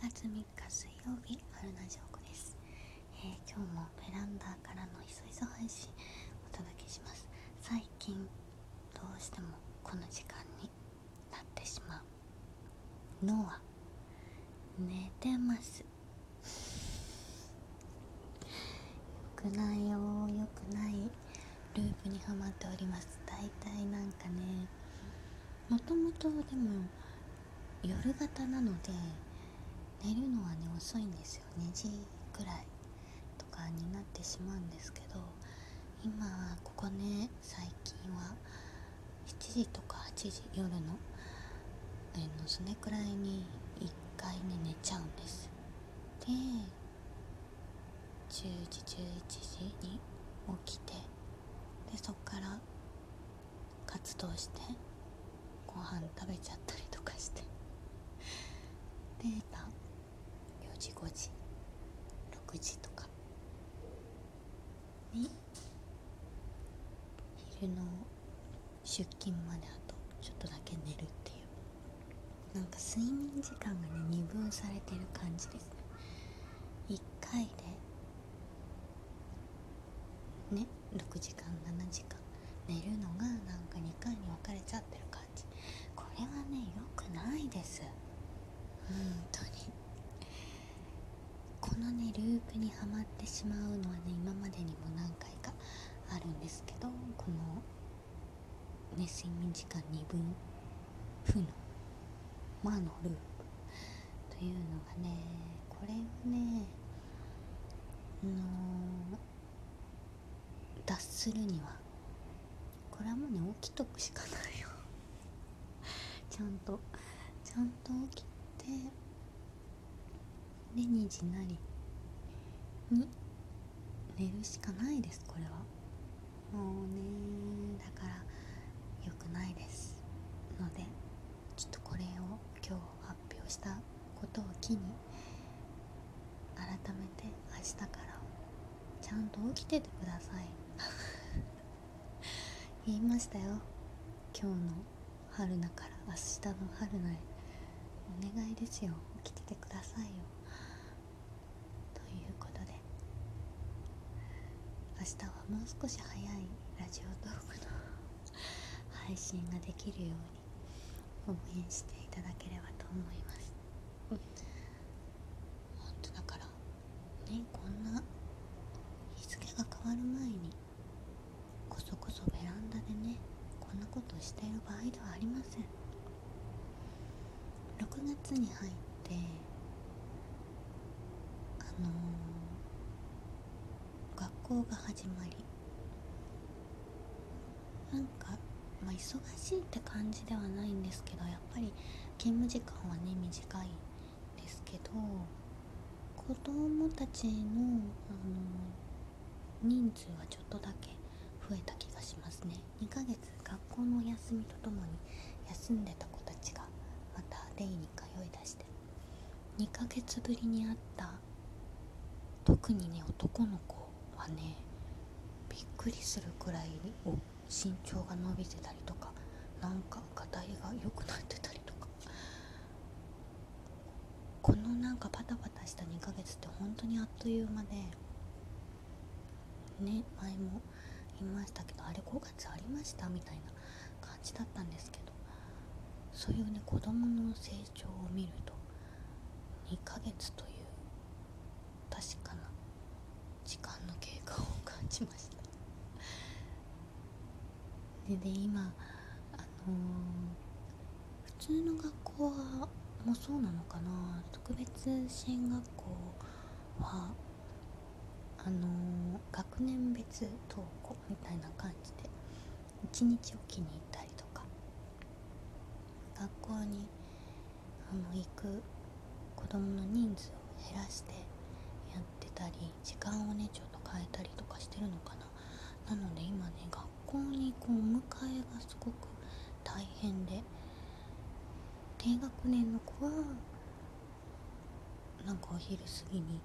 月3日水曜日、春名翔子です。今日もベランダからのいそいそ配信お届けします。最近どうしてもこの時間になってしまうのは寝てます。よくないよ、よくないループにはまっております。だいたいなんかね、もともとでも夜型なので寝るのはね遅いんですよ。2時くらいとかになってしまうんですけど、今ここね最近は7時とか8時、夜のそれくらいに1回ね寝ちゃうんです。で10時11時に起きて、でそっから活動してご飯食べちゃったりとかして、で4時5時6時とかに昼の出勤まであとちょっとだけ寝るっていう、なんか睡眠時間がね二分されてる感じですね。1回でね6時間7時間寝るのがなんか2回に分かれちゃってる感じ。これはね良くないです。本当にこのねループにはまってしまうのはね今までにも何回かあるんですけど、このね睡眠時間2分負の魔のループというのがね、これをね脱するにはこれはもうね起きとくしかないよちゃんと起きて、で2時なりに寝るしかないです。これはもうねだから良くないですので、ちょっとこれを今日発表したことを機に改めて明日からちゃんと起きててください言いましたよ。今日の春菜から明日の春菜へお願いですよ。起きててくださいよ。ということで明日はもう少し早いラジオトークの配信ができるように応援していただければと思います。本当だからね、こんな日付が変わる前にこそこそベランダでねこんなことをしている場合ではありません。6月に入って学校が始まり、なんか忙しいって感じではないんですけど、やっぱり勤務時間はね短いですけど、子供たちの、人数はちょっとだけ増えた気がしますね。2ヶ月学校のお休みとともに休んでた子たちがまたデイに通い出して、2ヶ月ぶりに会った特にね男の子はねびっくりするくらい身長が伸びてたりとか、なんかがたいが良くなってたりとか、このなんかパタパタした2ヶ月って本当にあっという間でね、前も言いましたけど、あれ5月ありましたみたいな感じだったんですけど、そういうね子供の成長を見ると2ヶ月という確かな時間の経過を感じました。で今普通の学校はもうそうなのかな、特別支援学校は学年別登校みたいな感じで1日おきに行ったりとか、学校に行く子供の人数を減らしてやってたり、時間をねちょっと変えたりとかしてるのかな。なので今ね学校にこうお迎えがすごく大変で、低学年の子はなんかお昼過ぎに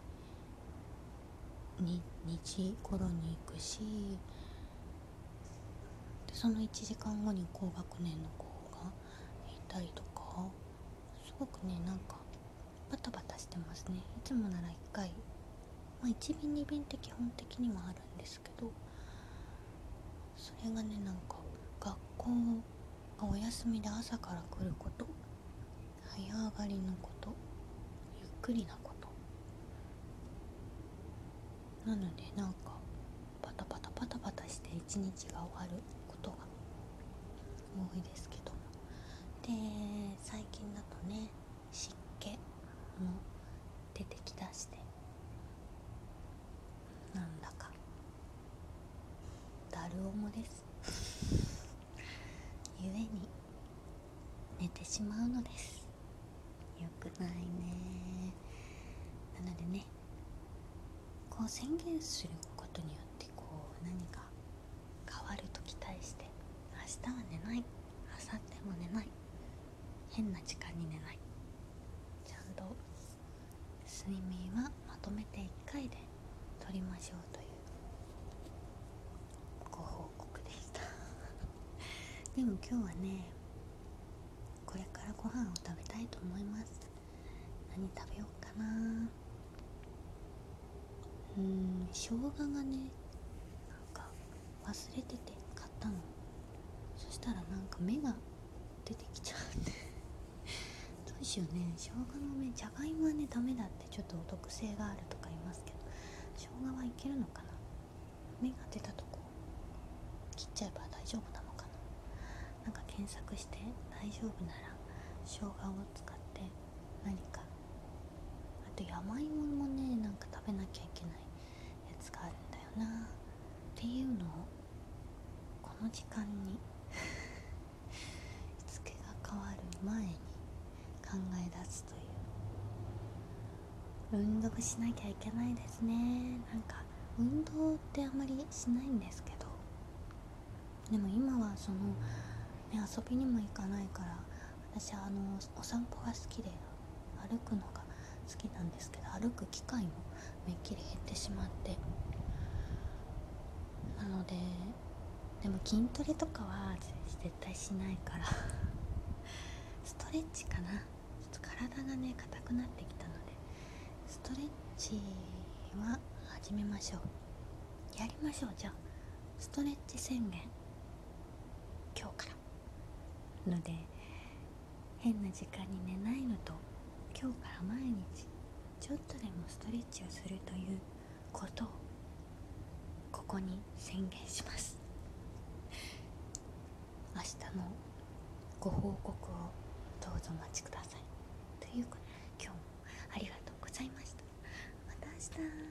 2時頃に行くし、でその1時間後に高学年の子がいたりとか、すごくねなんかバタバタしてますね。いつもなら1回、1便2便って基本的にはあるんですけど、それがね、なんか学校がお休みで朝から来ること、早上がりのこと、ゆっくりなことなので、なんかパタパタパタパタして一日が終わることが多いですけども、で最近だとね、湿気も出てきだして、なんだかだるおもですゆえに寝てしまうのです。よくないね。なのでね、こう宣言することによってこう何か変わると期待して、明日は寝ない、明後日も寝ない、変な時間に寝ない、ちゃんと睡眠はまとめて1回で取りましょうというご報告でしたでも今日はね、これからご飯を食べたいと思います。何食べようかな。生姜がね、なんか忘れてて買ったの。そしたらなんか芽が出てきちゃってどうしようね。生姜の芽、じゃがいもはねダメだってちょっとお毒性があるとか言いますけど、生姜はいけるのかな。芽が出たとこ切っちゃえば大丈夫なのかな。なんか検索して大丈夫なら生姜を使って何か、あと山芋もね、なんか食べなきゃいけないやつがあるんだよなっていうのをこの時間に日付が変わる前に考え出すという。運動しなきゃいけないですね。なんか運動ってあまりしないんですけど、でも今はその、ね、遊びにも行かないから、私お散歩が好きで歩くのが好きなんですけど、歩く機会もめっきり減ってしまって、なので、でも筋トレとかは絶対しないからストレッチかな。ちょっと体がね硬くなってきたので、ストレッチは始めましょう。やりましょう。じゃあストレッチ宣言、今日からので、変な時間に寝ないのと、今日から毎日ちょっとでもストレッチをするということをここに宣言します。明日のご報告をどうぞお待ちください。ということで、今日もありがとうございました。また明日。